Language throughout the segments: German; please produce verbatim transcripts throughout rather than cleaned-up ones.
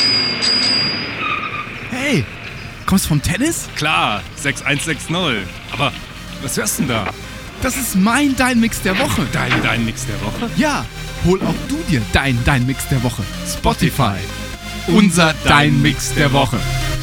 Hey, kommst du vom Tennis? Klar, sechs eins sechs null. Aber was hörst du denn da? Das ist mein Dein Mix der Woche. Dein, dein Mix der Woche? Ja, hol auch du dir dein Dein Mix der Woche. Spotify. Unser Dein Mix der Woche.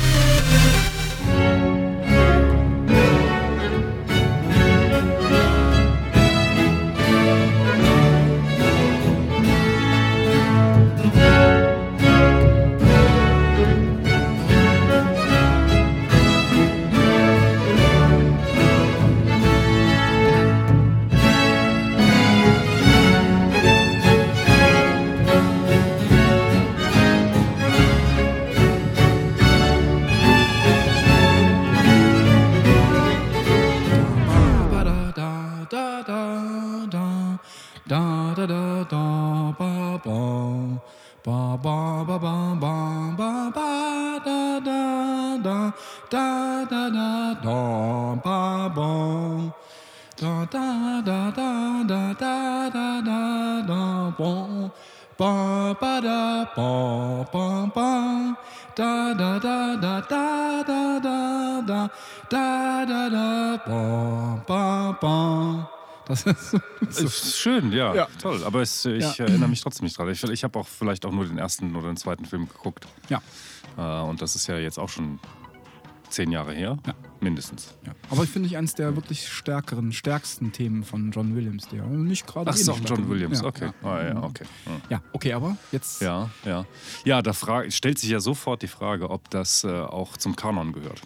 Das ist, so. Ist schön, ja, ja. Toll. Aber es, ich ja. erinnere mich trotzdem nicht dran. Ich, ich habe auch vielleicht auch nur den ersten oder den zweiten Film geguckt. Ja. Äh, und das ist ja jetzt auch schon zehn Jahre her, ja. mindestens. Ja. Aber ich finde ich eines der wirklich stärkeren, stärksten Themen von John Williams, der nicht gerade. Ach so, John Williams, ja. okay. Ja. Ah, ja, okay. Ja. ja, okay, aber jetzt. Ja, ja. Ja, da fra- stellt sich ja sofort die Frage, ob das äh, auch zum Kanon gehört.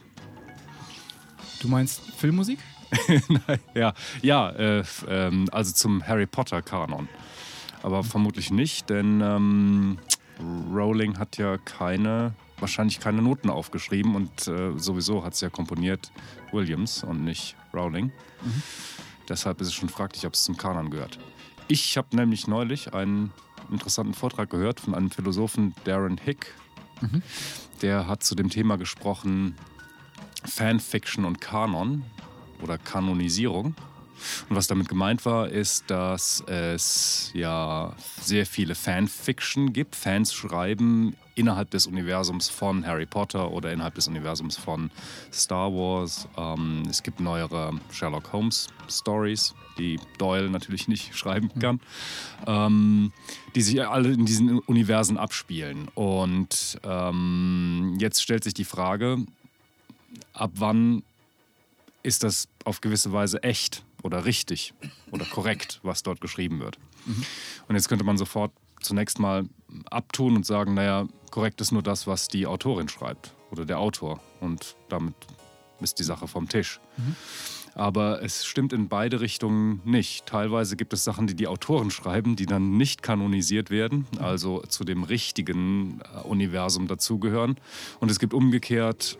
Du meinst Filmmusik? ja, ja äh, ähm, also zum Harry Potter Kanon. Aber vermutlich nicht, denn ähm, Rowling hat ja keine, wahrscheinlich keine Noten aufgeschrieben und äh, sowieso hat es ja komponiert Williams und nicht Rowling. Mhm. Deshalb ist es schon fraglich, ob es zum Kanon gehört. Ich habe nämlich neulich einen interessanten Vortrag gehört von einem Philosophen, Darren Hick. Mhm. Der hat zu dem Thema gesprochen, Fanfiction und Kanon oder Kanonisierung. Und was damit gemeint war, ist, dass es ja sehr viele Fanfiction gibt. Fans schreiben innerhalb des Universums von Harry Potter oder innerhalb des Universums von Star Wars. Ähm, es gibt neuere Sherlock Holmes Stories, die Doyle natürlich nicht schreiben kann, mhm. ähm, die sich alle in diesen Universen abspielen. Und ähm, jetzt stellt sich die Frage, ab wann ist das auf gewisse Weise echt oder richtig oder korrekt, was dort geschrieben wird. Mhm. Und jetzt könnte man sofort zunächst mal abtun und sagen, naja, korrekt ist nur das, was die Autorin schreibt oder der Autor. Und damit ist die Sache vom Tisch. Mhm. Aber es stimmt in beide Richtungen nicht. Teilweise gibt es Sachen, die die Autoren schreiben, die dann nicht kanonisiert werden, also zu dem richtigen äh, Universum dazugehören. Und es gibt umgekehrt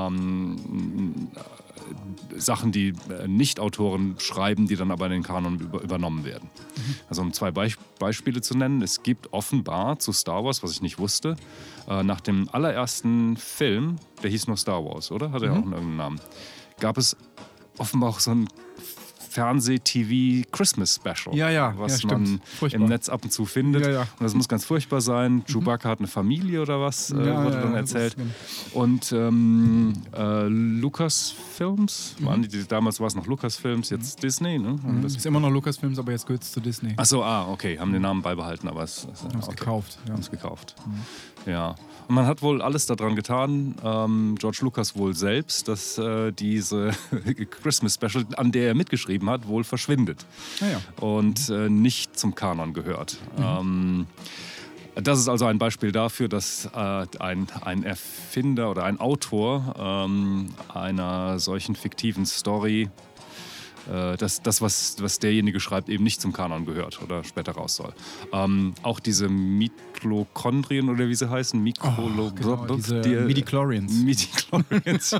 ähm, äh, Sachen, die äh, Nicht-Autoren schreiben, die dann aber in den Kanon über- übernommen werden. Mhm. Also um zwei Be- Beispiele zu nennen. Es gibt offenbar zu Star Wars, was ich nicht wusste, äh, nach dem allerersten Film, der hieß nur Star Wars, oder? Hat er mhm. auch irgendeinen Namen? Gab es offenbar auch so ein Fernseh-T V-Christmas-Special, ja, ja, was ja, man furchtbar. im Netz ab und zu findet. Ja, ja. Und das muss ganz furchtbar sein. Mhm. Chewbacca hat eine Familie oder was, äh, ja, wurde ja, dann erzählt. Und ähm, äh, Lucasfilms, mhm. waren die, damals war es noch Lucasfilms, jetzt mhm. Disney. Ne? Mhm. Das ist immer noch Lucasfilms, aber jetzt gehört es zu Disney. Ach so, ah, okay, haben den Namen beibehalten, aber es ist okay. gekauft. Ja. Haben es gekauft. Mhm. Ja. Und man hat wohl alles daran getan, ähm, George Lucas wohl selbst, dass äh, diese Christmas Special, an der er mitgeschrieben hat, wohl verschwindet. Ah, ja. Und äh, nicht zum Kanon gehört. Mhm. Ähm, das ist also ein Beispiel dafür, dass äh, ein, ein Erfinder oder ein Autor ähm, einer solchen fiktiven Story äh, das, das was, was derjenige schreibt, eben nicht zum Kanon gehört oder später raus soll. Ähm, auch diese Mitochondrien oder wie sie heißen, Mikrolo- oh, genau, diese die, Midi-Chlorians. Midi-Chlorians.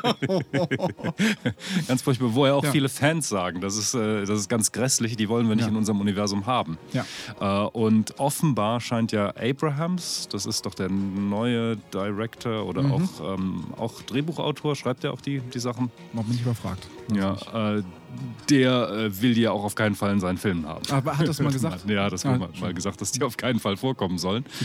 Ganz furchtbar, wo ja auch ja. viele Fans sagen, das ist, äh, das ist ganz grässlich, die wollen wir nicht ja. in unserem Universum haben. Ja. Äh, und offenbar scheint ja Abrahams, das ist doch der neue Director oder mhm. auch, ähm, auch Drehbuchautor, schreibt er auch die, die Sachen? Noch bin ich überfragt. Ja, äh, der äh, will die ja auch auf keinen Fall in seinen Filmen haben. Aber hat das mal gesagt? Ja, das ja, mal, mal gesagt, dass die auf keinen Fall vorkommen sollen.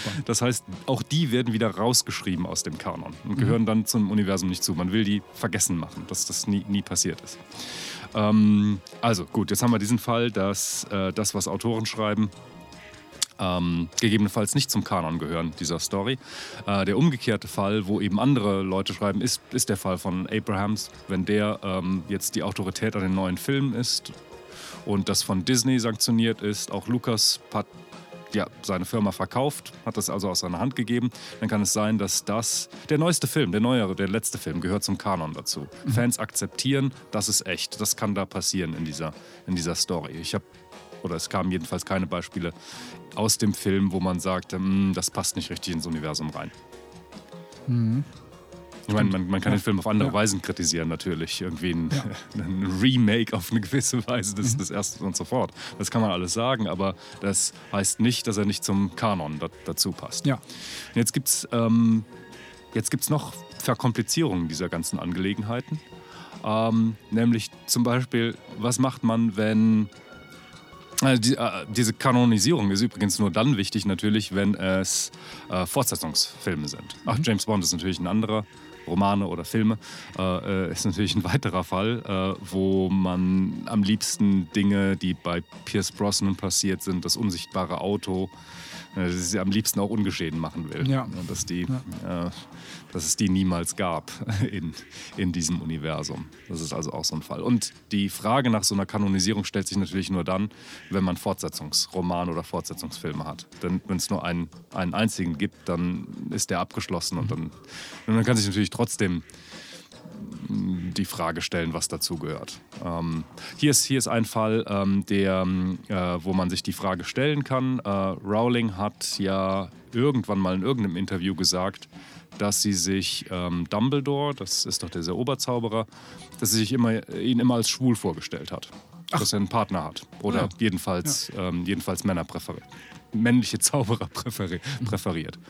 Das heißt, auch die werden wieder rausgeschrieben aus dem Kanon und gehören mhm. dann zum Universum nicht zu. Man will die vergessen machen, dass das nie, nie passiert ist. Ähm, also gut, jetzt haben wir diesen Fall, dass äh, das, was Autoren schreiben, Ähm, gegebenenfalls nicht zum Kanon gehören, dieser Story. Äh, der umgekehrte Fall, wo eben andere Leute schreiben, ist, ist der Fall von Abrahams. Wenn der ähm, jetzt die Autorität an den neuen Filmen ist und das von Disney sanktioniert ist, auch Lucas hat ja, seine Firma verkauft, hat das also aus seiner Hand gegeben, dann kann es sein, dass das, der neueste Film, der neuere, der letzte Film, gehört zum Kanon dazu. Mhm. Fans akzeptieren, das ist echt, das kann da passieren in dieser, in dieser Story. Ich habe Oder es kamen jedenfalls keine Beispiele aus dem Film, wo man sagt, das passt nicht richtig ins Universum rein. Mhm. Ich meine, man, man kann ja. den Film auf andere ja. Weisen kritisieren, natürlich. Irgendwie ein, ja. ein Remake auf eine gewisse Weise des, mhm. des Ersten und so fort. Das kann man alles sagen, aber das heißt nicht, dass er nicht zum Kanon da, dazu passt. Ja. Und jetzt gibt es ähm, jetzt gibt's noch Verkomplizierungen dieser ganzen Angelegenheiten. Ähm, nämlich zum Beispiel, was macht man, wenn... Also die, äh, diese Kanonisierung ist übrigens nur dann wichtig natürlich, wenn es äh, Fortsetzungsfilme sind. Mhm. Ach, James Bond ist natürlich ein anderer, Romane oder Filme äh, ist natürlich ein weiterer Fall, äh, wo man am liebsten Dinge, die bei Pierce Brosnan passiert sind, das unsichtbare Auto, äh, das sie am liebsten auch ungeschehen machen will. Ja. Dass, die, ja. äh, dass es die niemals gab in, in diesem Universum. Das ist also auch so ein Fall. Und die Frage nach so einer Kanonisierung stellt sich natürlich nur dann, wenn man Fortsetzungsromane oder Fortsetzungsfilme hat. Denn wenn es nur einen, einen einzigen gibt, dann ist der abgeschlossen und dann, und dann kann sich natürlich trotzdem die Frage stellen, was dazugehört. Ähm, hier, ist, hier ist ein Fall, ähm, der, äh, wo man sich die Frage stellen kann. Äh, Rowling hat ja irgendwann mal in irgendeinem Interview gesagt, dass sie sich ähm, Dumbledore, das ist doch dieser Oberzauberer, dass sie sich immer, ihn immer als schwul vorgestellt hat. Ach. Dass er einen Partner hat. Oder ja. jedenfalls, ja. Ähm, jedenfalls Männer präferiert. Männliche Zauberer präferi- präferiert.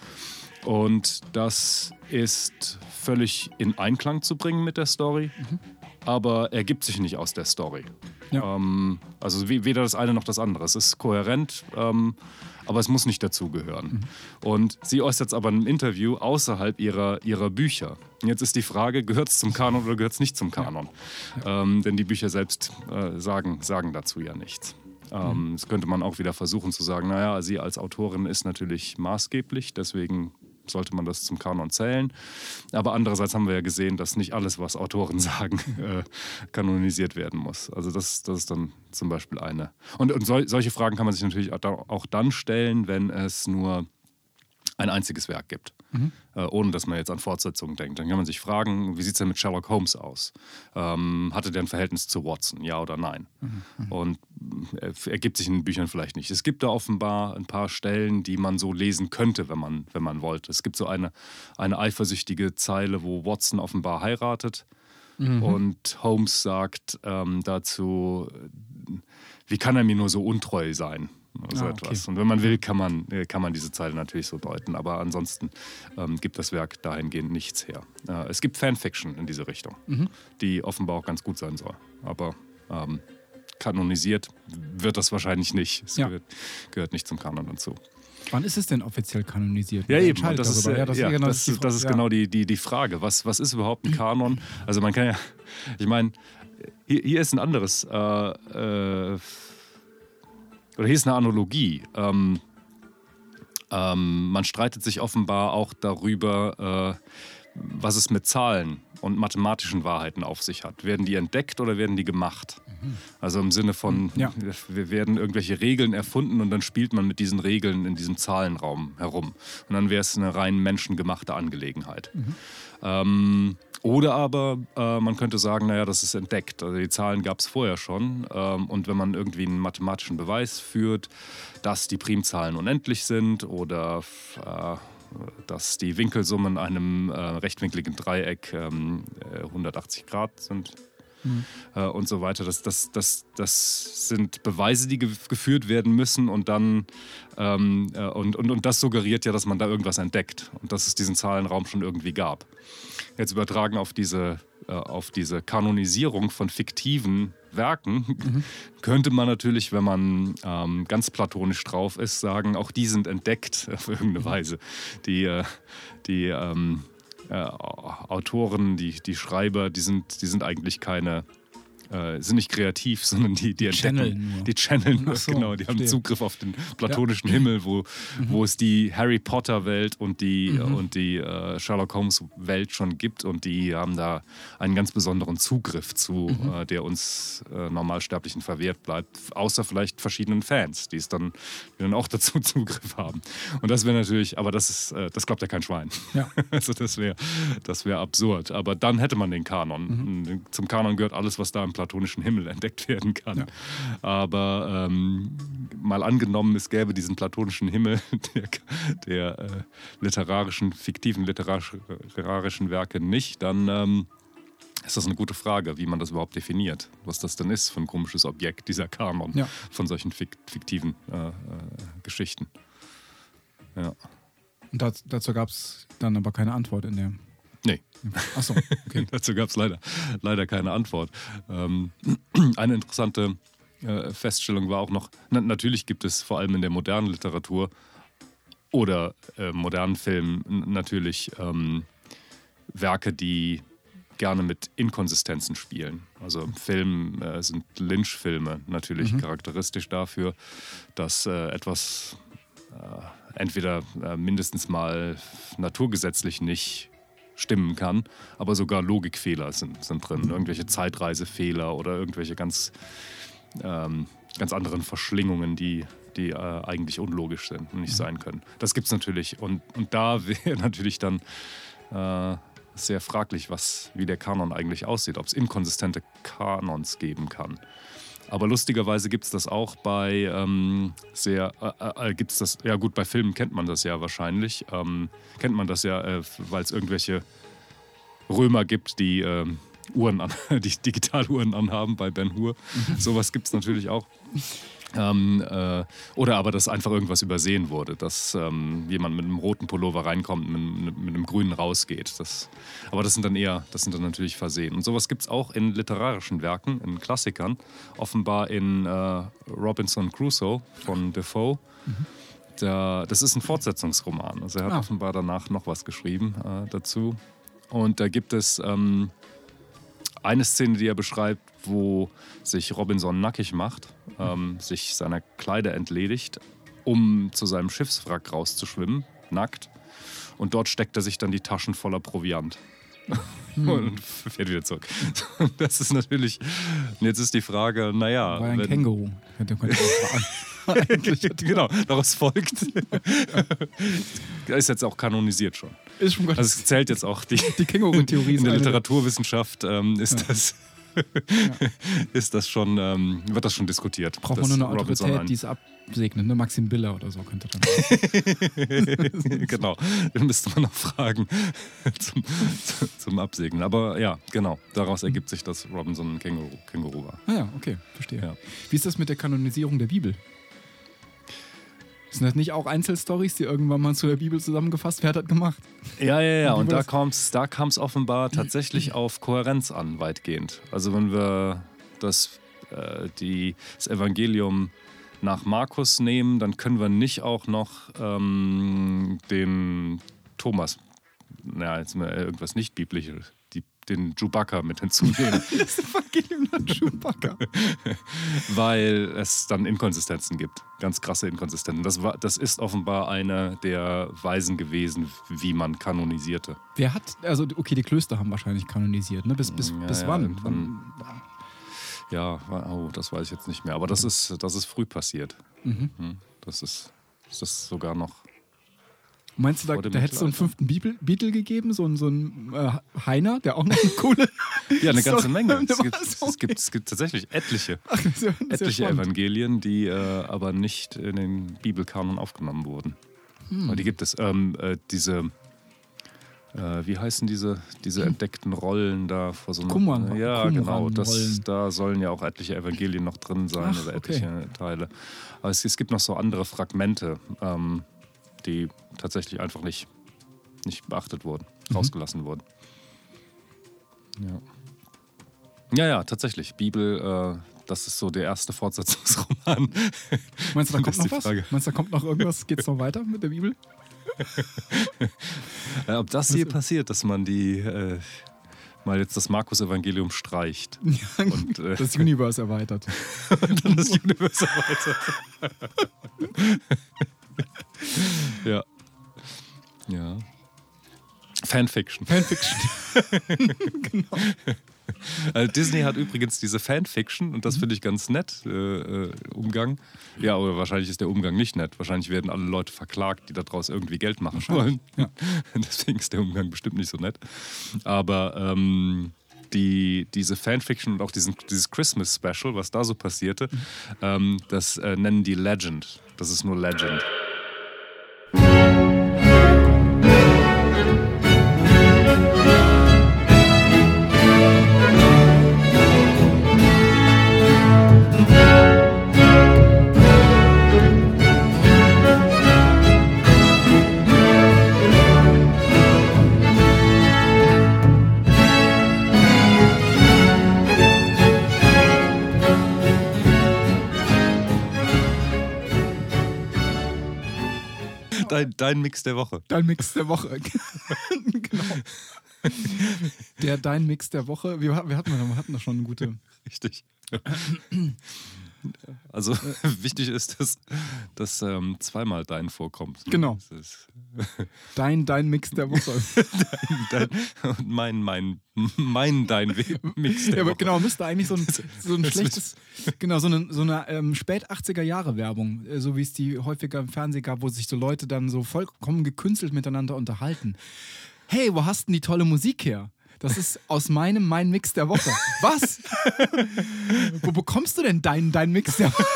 Und das ist völlig in Einklang zu bringen mit der Story, mhm. aber ergibt sich nicht aus der Story. Ja. Ähm, also weder das eine noch das andere. Es ist kohärent, ähm, aber es muss nicht dazugehören. Mhm. Und sie äußert es aber in einem Interview außerhalb ihrer, ihrer Bücher. Jetzt ist die Frage, gehört es zum Kanon oder gehört es nicht zum Kanon? Ja. Ja. Ähm, denn die Bücher selbst äh, sagen, sagen dazu ja nichts. Ähm, mhm. Das könnte man auch wieder versuchen zu sagen, naja, sie als Autorin ist natürlich maßgeblich, deswegen sollte man das zum Kanon zählen. Aber andererseits haben wir ja gesehen, dass nicht alles, was Autoren sagen, äh, kanonisiert werden muss. Also das, das ist dann zum Beispiel eine. Und, und sol- solche Fragen kann man sich natürlich auch dann stellen, wenn es nur ein einziges Werk gibt. Mhm. Äh, ohne dass man jetzt an Fortsetzungen denkt. Dann kann man sich fragen, wie sieht es denn mit Sherlock Holmes aus? Ähm, hatte der ein Verhältnis zu Watson, ja oder nein? Mhm. Und äh, ergibt sich in den Büchern vielleicht nicht. Es gibt da offenbar ein paar Stellen, die man so lesen könnte, wenn man, wenn man wollte. Es gibt so eine, eine eifersüchtige Zeile, wo Watson offenbar heiratet mhm. und Holmes sagt ähm, dazu, wie kann er mir nur so untreu sein? So ah, etwas. Okay. Und wenn man will, kann man, kann man diese Zeile natürlich so deuten. Aber ansonsten ähm, gibt das Werk dahingehend nichts her. Äh, es gibt Fanfiction in diese Richtung, mhm. die offenbar auch ganz gut sein soll. Aber ähm, kanonisiert wird das wahrscheinlich nicht. Es ja. gehört, gehört nicht zum Kanon dazu. Wann ist es denn offiziell kanonisiert? Ja, eben. Das ist, ja, das ja, genau, das, das, das ist ja. genau die, die, die Frage. Was, was ist überhaupt ein Kanon? Also man kann ja, ich meine, hier, hier ist ein anderes... Äh, äh, Oder hier ist eine Analogie. Ähm, ähm, man streitet sich offenbar auch darüber, äh, was es mit Zahlen und mathematischen Wahrheiten auf sich hat. Werden die entdeckt oder werden die gemacht? Mhm. Also im Sinne von, ja. wir werden irgendwelche Regeln erfunden und dann spielt man mit diesen Regeln in diesem Zahlenraum herum. Und dann wäre es eine rein menschengemachte Angelegenheit. Mhm. Ähm, Oder aber äh, man könnte sagen, naja, das ist entdeckt. Also die Zahlen gab es vorher schon. Ähm, und wenn man irgendwie einen mathematischen Beweis führt, dass die Primzahlen unendlich sind oder äh, dass die Winkelsummen einem äh, rechtwinkligen Dreieck ähm, hundertachtzig Grad sind mhm. äh, und so weiter. Das, das, das, das sind Beweise, die ge- geführt werden müssen und dann ähm, äh, und, und, und das suggeriert ja, dass man da irgendwas entdeckt und dass es diesen Zahlenraum schon irgendwie gab. Jetzt übertragen auf diese, äh, auf diese Kanonisierung von fiktiven Werken mhm. könnte man natürlich, wenn man ähm, ganz platonisch drauf ist, sagen, auch die sind entdeckt auf irgendeine Weise. Die, äh, die ähm, äh, Autoren, die, die Schreiber, die sind, die sind eigentlich keine, äh, sind nicht kreativ, sondern die, die, die entdecken. Channeln nur. Die channeln nur, so, genau. Die verstehe. Haben Zugriff auf den platonischen ja. Himmel, wo, mhm. wo es die Harry Potter-Welt und die, mhm. und die äh, Sherlock Holmes-Welt schon gibt. Und die haben da einen ganz besonderen Zugriff zu, mhm. äh, der uns äh, Normalsterblichen verwehrt bleibt. Außer vielleicht verschiedenen Fans, die es dann, die dann auch dazu Zugriff haben. Und das wäre natürlich, aber das ist, äh, das glaubt ja kein Schwein. Ja. Also das wäre das wär absurd. Aber dann hätte man den Kanon. Mhm. Zum Kanon gehört alles, was da im platonischen Himmel entdeckt werden kann. Ja. Aber ähm, mal angenommen, es gäbe diesen platonischen Himmel der, der äh, literarischen, fiktiven literarischen Werke nicht, dann ähm, ist das eine gute Frage, wie man das überhaupt definiert. Was das denn ist für ein komisches Objekt, dieser Kanon ja. von solchen fiktiven äh, äh, Geschichten. Ja. Und das, dazu gab es dann aber keine Antwort in der... Nee. Achso, okay. Dazu gab es leider, leider keine Antwort. Ähm, eine interessante äh, Feststellung war auch noch, na, natürlich gibt es vor allem in der modernen Literatur oder äh, modernen Filmen natürlich ähm, Werke, die gerne mit Inkonsistenzen spielen. Also im Film äh, sind Lynch-Filme natürlich mhm. charakteristisch dafür, dass äh, etwas äh, entweder äh, mindestens mal naturgesetzlich nicht stimmen kann, aber sogar Logikfehler sind, sind drin. Irgendwelche Zeitreisefehler oder irgendwelche ganz, ähm, ganz anderen Verschlingungen, die, die äh, eigentlich unlogisch sind und nicht sein können. Das gibt es natürlich. Und, und da wäre natürlich dann äh, sehr fraglich, was, wie der Kanon eigentlich aussieht, ob es inkonsistente Kanons geben kann. Aber lustigerweise gibt es das auch bei ähm, sehr, äh, äh, gibt's das, ja gut, bei Filmen kennt man das ja wahrscheinlich. Ähm, kennt man das ja, äh, weil es irgendwelche Römer gibt, die äh, Uhren an, die Digitaluhren anhaben bei Ben Hur. Mhm. Sowas gibt es natürlich auch. Ähm, äh, oder aber, dass einfach irgendwas übersehen wurde, dass ähm, jemand mit einem roten Pullover reinkommt, mit, mit einem grünen rausgeht. Das, aber das sind dann eher, das sind dann natürlich Versehen. Und sowas gibt es auch in literarischen Werken, in Klassikern. Offenbar in äh, Robinson Crusoe von Defoe. Mhm. Da, das ist ein Fortsetzungsroman. Also er hat ah. offenbar danach noch was geschrieben äh, dazu. Und da gibt es ähm, eine Szene, die er beschreibt, wo sich Robinson nackig macht, ähm, sich seiner Kleider entledigt, um zu seinem Schiffswrack rauszuschwimmen, nackt. Und dort steckt er sich dann die Taschen voller Proviant. Hm. Und fährt wieder zurück. Das ist natürlich, und jetzt ist die Frage, naja. War ein wenn, Känguru. Könnte, könnte Eigentlich, genau, daraus folgt. Ist jetzt auch kanonisiert schon. Ist schon also es zählt jetzt auch die, die Känguru-Theorie. In der Literaturwissenschaft ähm, ist, ja. das, ja. ist das schon, ähm, wird das schon diskutiert. Braucht man nur eine Autorität, die es absegnet, ne? Maxim Biller oder so könnte dann. Genau, den müsste man noch fragen zum, zum Absegnen. Aber ja, genau, daraus ergibt sich, dass Robinson ein Känguru, Känguru war. Ah ja, okay, verstehe. Ja. Wie ist das mit der Kanonisierung der Bibel? Sind das nicht auch Einzelstories, die irgendwann mal zu der Bibel zusammengefasst werden, hat gemacht? Ja, ja, ja. Und da kam es da kam's offenbar tatsächlich auf Kohärenz an, weitgehend. Also wenn wir das, äh, die, das Evangelium nach Markus nehmen, dann können wir nicht auch noch ähm, den Thomas, naja, jetzt mal irgendwas nicht biblisches, die, den Chewbacca mit hinzunehmen. Das Evangelium nach Chewbacca. Weil es dann Inkonsistenzen gibt. Ganz krasse Inkonsistenzen. Das, war, das ist offenbar eine der Weisen gewesen, wie man kanonisierte. Wer hat, also okay, die Klöster haben wahrscheinlich kanonisiert, ne? Bis, bis, ja, bis ja, wann? wann? Ja, oh, das weiß ich jetzt nicht mehr. Aber das ist, das ist früh passiert. Mhm. Das ist, das ist sogar noch. Meinst du, da, da hätte es so einen fünften Beatle gegeben? So einen, so einen äh, Heiner, der auch noch eine coole. Ja, eine ganze Menge. Es gibt, es, gibt, es gibt tatsächlich etliche, Ach, sehr, etliche sehr Evangelien, die äh, aber nicht in den Bibelkanon aufgenommen wurden. Hm. Die gibt es. Ähm, äh, diese, äh, wie heißen diese, diese hm. entdeckten Rollen da vor so einem. Qumran, äh, Ja, Qumran genau. Das, da sollen ja auch etliche Evangelien noch drin sein Ach, oder etliche okay. Teile. Aber es, es gibt noch so andere Fragmente. Ähm, die tatsächlich einfach nicht, nicht beachtet wurden, mhm. rausgelassen wurden. Ja. Ja, ja, tatsächlich. Bibel, äh, das ist so der erste Fortsetzungsroman. Meinst du, da kommt Das ist noch die was? Frage. Meinst du, da kommt noch irgendwas? Geht's noch weiter mit der Bibel? Ja, ob das hier passiert, dass man die äh, mal jetzt das Markus-Evangelium streicht und äh, Das Universe erweitert. und dann das Universum weiter. Ja. Ja. Fanfiction. Fanfiction. Genau. Also Disney hat übrigens diese Fanfiction und das finde ich ganz nett, äh, äh, Umgang. Ja, oder wahrscheinlich ist der Umgang nicht nett. Wahrscheinlich werden alle Leute verklagt, die daraus irgendwie Geld machen wollen. Ja. Deswegen ist der Umgang bestimmt nicht so nett. Aber ähm, die, diese Fanfiction und auch diesen, dieses Christmas Special, was da so passierte, mhm. ähm, das äh, nennen die Legend. Das ist nur Legend. Dein, dein Mix der Woche. Dein Mix der Woche. Genau. Der Dein Mix der Woche. Wir, wir, hatten, wir hatten doch schon eine gute. Richtig. Also wichtig ist, dass, dass ähm, zweimal Dein vorkommt. Ne? Genau. Das ist Dein, dein Mix der Woche. dein, dein, und mein, mein, mein Dein Mix der Ja, aber Woche. genau, müsste eigentlich so ein, so ein schlechtes, genau, so eine, so eine ähm, Spät-achtziger-Jahre-Werbung, äh, so wie es die häufiger im Fernsehen gab, wo sich so Leute dann so vollkommen gekünstelt miteinander unterhalten. Hey, wo hast denn die tolle Musik her? Das ist aus meinem Mein Mix der Woche. Was? Wo bekommst du denn deinen dein Mix der Woche?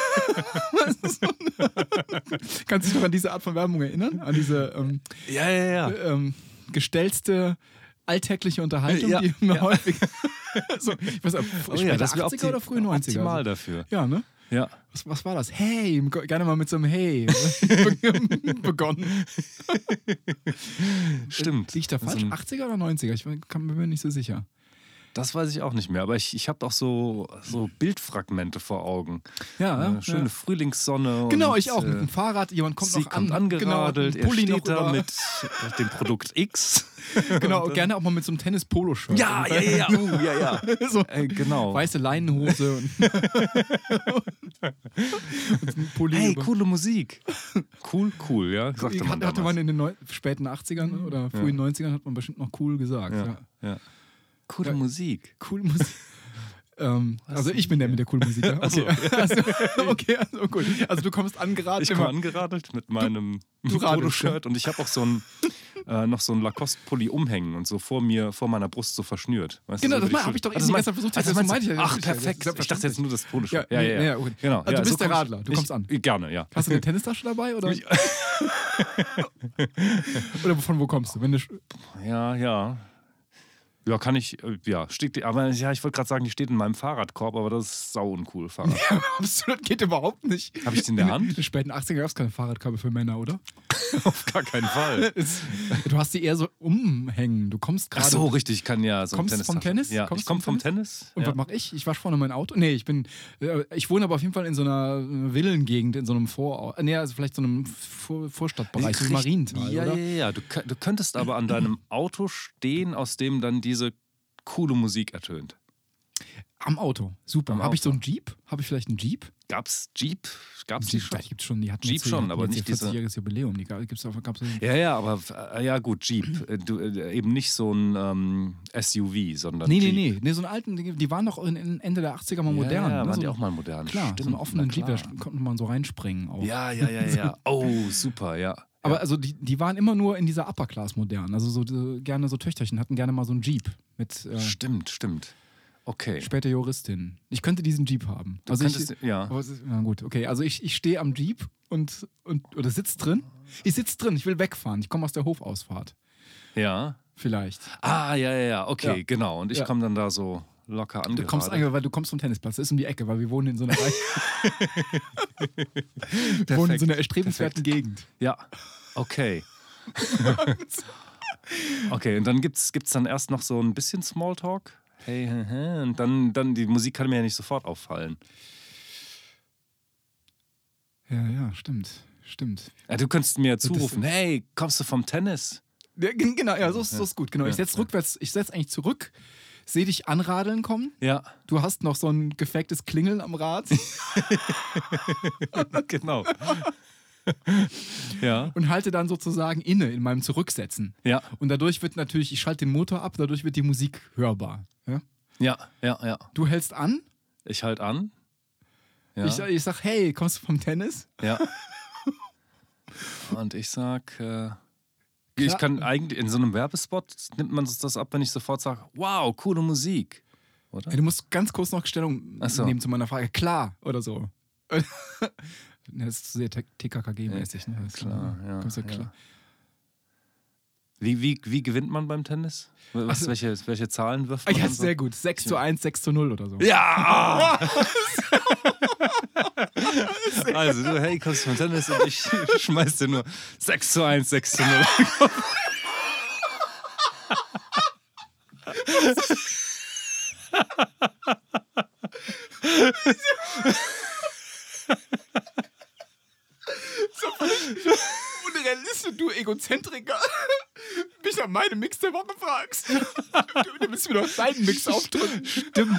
Kannst du dich noch an diese Art von Werbung erinnern? An diese ähm, Ja, ja, ja. ähm, gestellte alltägliche Unterhaltung, Ja, die immer ja. häufig. So, ich weiß nicht, Oh später ja, das wäre achtziger oder frühe neunziger? optimal Also. dafür. Ja, ne? Ja. Was, was war das? Hey, gerne mal mit so einem Hey begonnen. Stimmt. Liege ich da Das ist falsch? ein- achtziger oder neunziger? Ich kann, bin mir nicht so sicher. Das weiß ich auch nicht mehr, aber ich, ich habe auch so, so Bildfragmente vor Augen. Ja, Äh, schöne ja. Frühlingssonne. Genau, und, ich auch. Mit äh, dem Fahrrad, jemand kommt Sie noch kommt an. angeradelt, genau, Pulli er steht noch da über, mit dem Produkt X. Genau, gerne auch mal mit so einem Tennis-Polo-Shirt. Ja, ja, ja, ja, uh, ja, ja. So Äh, genau. weiße Leinenhose und, und ein Pulli. Hey, über. coole Musik. Cool, cool, ja, sagte man Hatte, hatte damals. man in den neu, späten achtzigern oder frühen neunzigern hat man bestimmt noch cool gesagt. Ja. Ja, ja. Coole Ja. Musik. Cool Musik. ähm, also ich bin der mit der coolen Musik. Ja? Okay. Also, okay, also gut. Also du kommst angeradelt. Ich komme angeradelt mit meinem du radelst, Polo-Shirt und ich habe auch so ein, äh, noch so einen Lacoste-Pulli umhängen und so vor mir, vor meiner Brust so verschnürt. Weißt Genau, du, so das wie die habe ich doch Schul- eben mein- gestern versucht. also das meinst meinte du- ich ja. Ach, Das ist ja- perfekt. das ist Ich dachte jetzt nur das Poloshirt. Ja, Ja, ja, nee, ja. ja, okay. Genau. Also ja, du bist so der komm ich- Radler, du kommst ich, an. Gerne, ja. Hast du eine Tennistasche dabei oder? Oder von wo kommst du? Wenn du Ja, ja. Ja, kann ich, äh, ja, steht, aber ja, ich wollte gerade sagen, die steht in meinem Fahrradkorb, aber das ist sau uncool, Fahrrad. absolut geht überhaupt nicht. Habe ich den in der Hand? In den späten achtziger gab es keine Fahrradkabel für Männer, oder? Auf gar keinen Fall. Es- Du hast die eher so umhängen. Du kommst Ach gerade. so, richtig, ich kann ja so Kommst du vom Tennis? Ja, Kommst ich komme du vom vom Tennis. Und ja. was mache ich? Ich wasche vorne mein Auto. Nee, ich bin. äh, Ich wohne aber auf jeden Fall in so einer Villengegend, in so einem Vor. Nee, also vielleicht so einem Vor Vorstadtbereich, so Richtig- Mariental, ja, oder? Ja, ja, ja. Du, kö- du könntest aber an deinem Auto stehen, aus dem dann diese coole Musik ertönt. Am Auto. Super. Am Habe ich so Auto. einen Jeep? Habe ich vielleicht einen Jeep? Gab's Jeep? Gab's die Jeep, schon? die gibt's schon. Die hatten Jeep jetzt, schon, die hatten aber jetzt nicht ihr diese- vierzigjähriges Jubiläum. Die gab's auch, gab's Ja, ja, aber äh, ja gut, Jeep. Äh, Du, äh, eben nicht so ein ähm, S U V, sondern Nee, nee, Jeep. nee. Nee, so einen alten, die, die waren doch in, in Ende der achtziger mal modern. Ja, ja, ne? waren so, die auch mal modern. Klar, Stimmt, so einen offenen na Jeep, da klar. konnte man so reinspringen auch. Ja, ja, ja, ja. Oh, super, ja. Aber also die, die waren immer nur in dieser Upper Class modern. Also so äh, gerne so Töchterchen hatten gerne mal so einen Jeep mit äh, Stimmt, stimmt. Okay. später Juristin. Ich könnte diesen Jeep haben. Du also ich, könntest- ja. aber es ist- na gut, okay. Also ich, ich stehe am Jeep und, und oder sitz drin. Ich sitze drin, ich will wegfahren. Ich komme aus der Hofausfahrt. Ja. Vielleicht. Ah, ja, ja, ja. Okay, Ja. genau. Und ich Ja. komme dann da so locker Du angeradelt. kommst eigentlich, weil du kommst vom Tennisplatz. Das ist um die Ecke, weil wir wohnen in so einer, wir wohnen in so einer erstrebenswerten Gegend. Ja, okay. Okay, und dann gibt's, gibt's dann erst noch so ein bisschen Smalltalk. hey, hä, hä. Und dann, dann, die Musik kann mir ja nicht sofort auffallen. Ja, ja, stimmt. Stimmt. Ja, du könntest mir Das- zurufen, hey, kommst du vom Tennis? Ja, gen- genau, ja, so ist, so ist gut. Genau. Ich Ja, setze rückwärts, ich setze eigentlich zurück, sehe dich anradeln kommen. Ja, Du hast noch so ein gefaktes Klingeln am Rad genau. Ja, und halte dann sozusagen inne in meinem Zurücksetzen. ja, Und dadurch wird natürlich, ich schalte den Motor ab, dadurch wird die Musik hörbar. Ja? ja, ja, ja. Du hältst an, Ich halt an. Ja, ich, ich sag, hey, kommst du vom Tennis? ja. Und ich sag, äh, ich kann eigentlich, in so einem Werbespot nimmt man das ab, wenn ich sofort sage, wow, coole Musik. Oder? Ey, du musst ganz kurz noch Stellung Ach so. nehmen zu meiner Frage. Klar, oder so. Das ist sehr T K K G-mäßig. Ne? Das ist, Klar, äh, ja, kommst du ja. klar. Wie, wie, wie gewinnt man beim Tennis? Was, Also- welche, welche Zahlen wirft Ah, man? ja, dann so? sehr gut. sechs zu eins, sechs zu null oder so. Ja! Also, du, hey, kommst vom Tennis und ich schmeiß dir nur sechs zu eins, sechs zu null. Unrealistisch, du Egozentriker. Mich nach meinem Mix der Woche fragst. Du, du willst mir doch deinen Mix aufdrücken. Stimmt.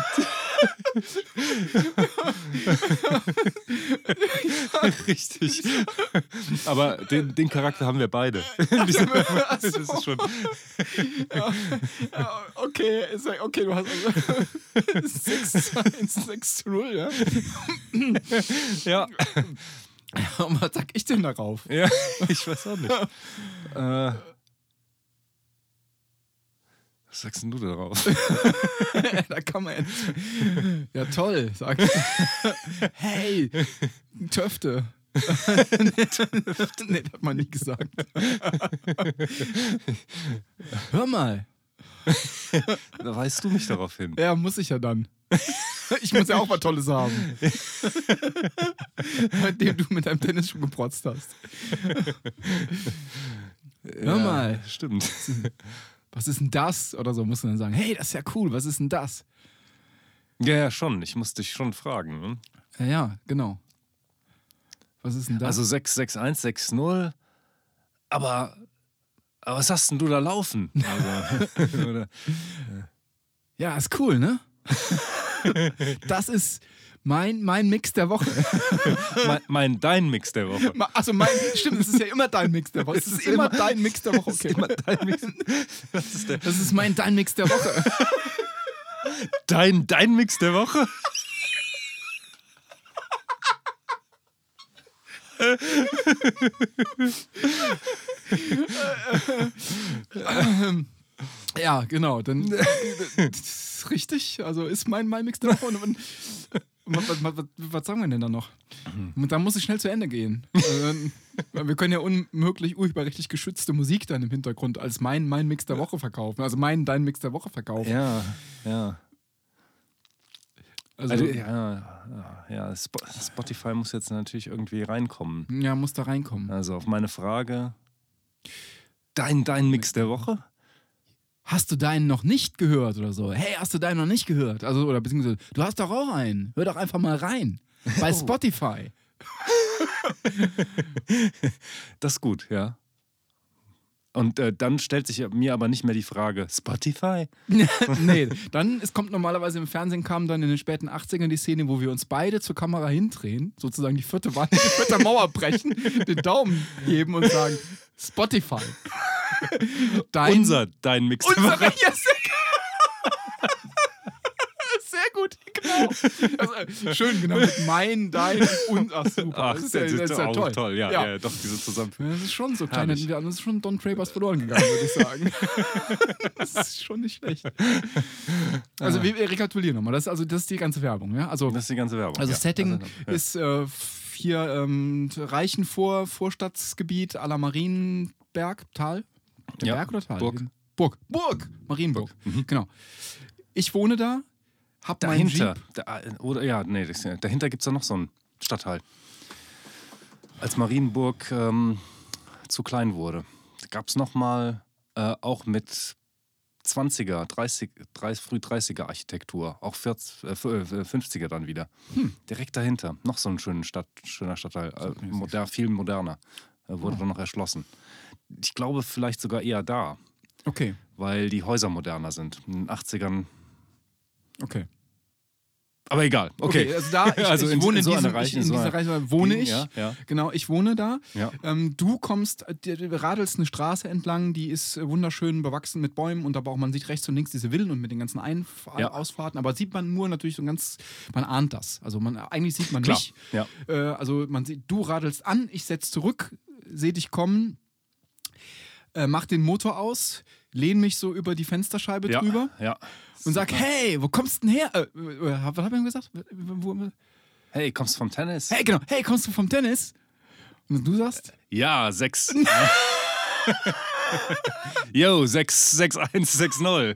Richtig. Aber den, den Charakter haben wir beide. Ach so. Das ist schon. Ja, ja, okay, ist ja- okay, du hast also sechs zu eins, sechs zu null, ja? Ja. Ja, und was sag ich denn darauf? Ja, ich weiß auch nicht. Äh, was sagst denn du darauf? Da kann man ja nicht. Ja, toll, sag ich. Hey, Töfte. Nee, das hat man nie gesagt. Hör mal. Da weist du mich darauf hin. Ja, muss ich ja dann. Ich muss ja auch mal Tolles haben. Nachdem du mit deinem Tennis schon geprotzt hast. Hör Ja, mal. Stimmt. Was ist denn das? Oder so musst du dann sagen, hey, das ist ja cool, was ist denn das? Ja, ja, schon. Ich muss dich schon fragen. Ne? Ja, ja, genau. Was ist denn das? Also sechs sechs eins sechs null. Aber, aber was hast denn du da laufen? Also, oder, Ja, ist cool, ne? Das ist mein, mein Mix der Woche. mein, mein, dein Mix der Woche. Ma- Also mein, stimmt, es ist ja immer dein Mix der Woche. Es ist immer dein Mix der Woche. Das ist Okay. immer dein Mix. Das ist der, Das ist mein dein Mix der Woche. dein, dein Mix der Woche? Ja, genau. Dann das ist richtig. Also ist mein, mein Mix der Woche. Und, und, was, was, was, was sagen wir denn da noch? Und dann muss ich schnell zu Ende gehen. Also dann, weil wir können ja unmöglich urheberrechtlich geschützte Musik dann im Hintergrund als mein, mein Mix der Woche verkaufen. Also mein, dein Mix der Woche verkaufen. Ja, ja. Also, Also, ja, ja, ja, Sp- Spotify muss jetzt natürlich irgendwie reinkommen. ja, muss da reinkommen. Also auf meine Frage, dein, dein Mix der Woche? Hast du deinen noch nicht gehört oder so? Hey, hast du deinen noch nicht gehört? Also, oder beziehungsweise, du hast doch auch einen. Hör doch einfach mal rein. Bei Spotify. Das ist gut, ja. Und äh, dann stellt sich mir aber nicht mehr die Frage, Spotify? Nee, dann es kommt normalerweise im Fernsehen, kam dann in den späten achtzigern die Szene, wo wir uns beide zur Kamera hindrehen, sozusagen die vierte Wand, die vierte Mauer brechen, den Daumen heben und sagen, Spotify. Dein, Unser, dein Mix der Unser, Woche. ja, sehr, sehr gut, genau. Also, schön, genau, mit mein, dein und, ach super. Ach, das ist ja, das ist ja auch toll. toll. Ja, Ja. ja. doch, diese Zusammenführung. Ja, das ist schon so kleine, Herrlich. das ist schon Don Trapers verloren gegangen, würde ich sagen. Das ist schon nicht schlecht. Also wir, wir rekapitulieren nochmal. Das ist also das ist die ganze Werbung, ja. Also, Das ist die ganze Werbung. also ja. Setting Also, ja. ist äh, hier ähm, Reichenvor, Vorstadtsgebiet à la Marienberg, Tal. Der Ja, Berg oder Tal? Burg. Burg. Burg. Marienburg. Genau. Ich wohne da, hab meinen Dahinter, Jeep. da, oder ja, nee, das, dahinter gibt es da noch so einen Stadtteil. Als Marienburg ähm, zu klein wurde, gab es nochmal äh, auch mit zwanziger, dreißig, dreißig, früh dreißiger Architektur, auch vierzig, äh, fünfziger dann wieder. Hm. Direkt dahinter, noch so ein schöner, Stadt, schöner Stadtteil, äh, moder, viel moderner, äh, wurde oh. dann noch erschlossen. Ich glaube vielleicht sogar eher da, okay. weil die Häuser moderner sind. In den achtzigern. Okay. Aber egal. Okay. okay also da, ich, also ich in, wohne in, so diesem, Reich, ich, in so dieser Reichweite wohne ich. Ja, ja. Genau, ich wohne da. Ja. Ähm, du kommst, du radelst eine Straße entlang, die ist wunderschön bewachsen mit Bäumen und aber auch, man sieht rechts und links diese Villen und mit den ganzen Einf- ja. Ausfahrten, aber sieht man nur natürlich so ganz, man ahnt das. Also man, eigentlich sieht man Klar. mich. Ja. Äh, also man sieht, du radelst an, ich setz zurück, sehe dich kommen, äh, mach den Motor aus, lehne mich so über die Fensterscheibe ja. drüber. Ja. Und sag, hey, wo kommst du denn her? Äh, was hab ich ihm gesagt? Wo, hey, kommst du vom Tennis? Hey, genau. Hey, kommst du vom Tennis? Und du sagst? Ja, sechs. Yo, sechs, sechs, eins, sechs, null.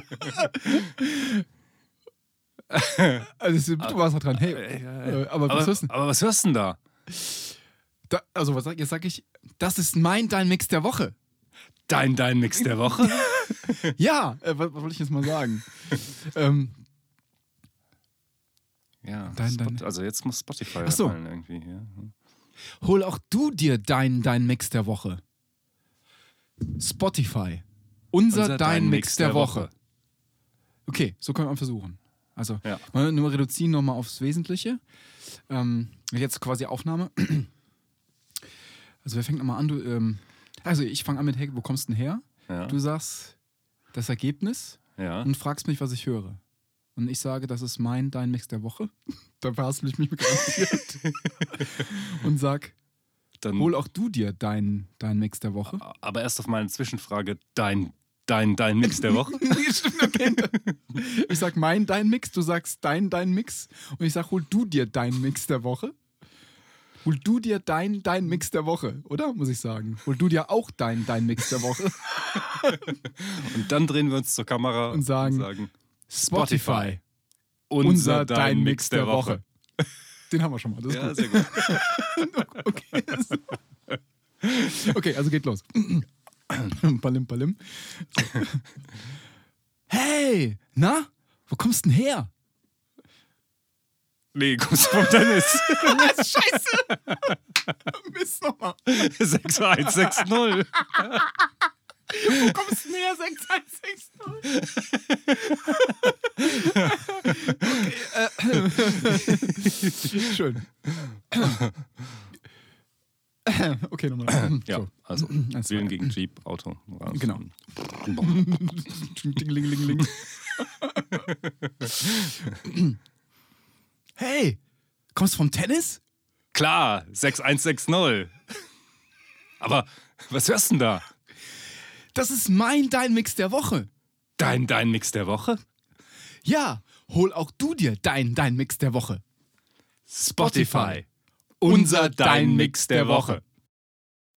Also, du warst da dran. Hey, äh, aber, was aber, hörst du? aber was hörst du denn da? da? Also, was sag, jetzt sag ich, das ist mein Dein Mix der Woche. Dein, dein Mix der Woche? Ja, äh, was, was wollte ich jetzt mal sagen? ähm, ja, dein, Spot, dein, also jetzt muss Spotify Ach so. fallen irgendwie. Ja. Hol auch du dir dein, dein Mix der Woche. Spotify. Unser, Unser Dein, Dein Mix, Mix der, der Woche. Woche. Okay, so können wir versuchen. Also, Ja. mal nur reduzieren nochmal aufs Wesentliche. Ähm, jetzt quasi Aufnahme. Also, wer fängt nochmal an? Du, ähm, also, ich fange an mit, hey, wo kommst du denn her? Ja. Du sagst das Ergebnis Ja. und fragst mich, was ich höre. Und ich sage, das ist mein Dein Mix der Woche. Da verhaspel ich mich garantiert. Und sag, Dann, hol auch du dir dein, dein Mix der Woche. aber erst auf meine Zwischenfrage, dein, dein, dein Mix der Woche? Stimmt, okay. Ich sag mein Dein Mix, du sagst dein Dein Mix. Und ich sag, hol du dir dein Mix der Woche. Hol du dir dein Dein Mix der Woche, oder? Muss ich sagen. Hol du dir auch dein Dein Mix der Woche. Und dann drehen wir uns zur Kamera und sagen, und sagen Spotify. Unser Dein, Dein Mix der, der Woche. Woche. Den haben wir schon mal. Das ist ja, gut. sehr gut. Okay. Okay, also geht los. Palim, palim. So. Hey, na? Wo kommst du denn her? Nee, kommst du vom Tennis? Scheiße! Mist nochmal. sechs eins sechs null. Wo kommst du denn her? sechs eins sechs null. Okay, äh, schön. Okay, nochmal. Ja, so. also Willen gegen Jeep, Auto. Also, genau. Ding-ling-ling-ling. Hey, kommst du vom Tennis? Klar, sechs eins sechs null. Aber was hörst du denn da? Das ist mein Dein Mix der Woche. Dein, dein Mix der Woche? Ja, hol auch du dir dein, dein Mix der Woche. Spotify. Unser Dein Mix der Woche.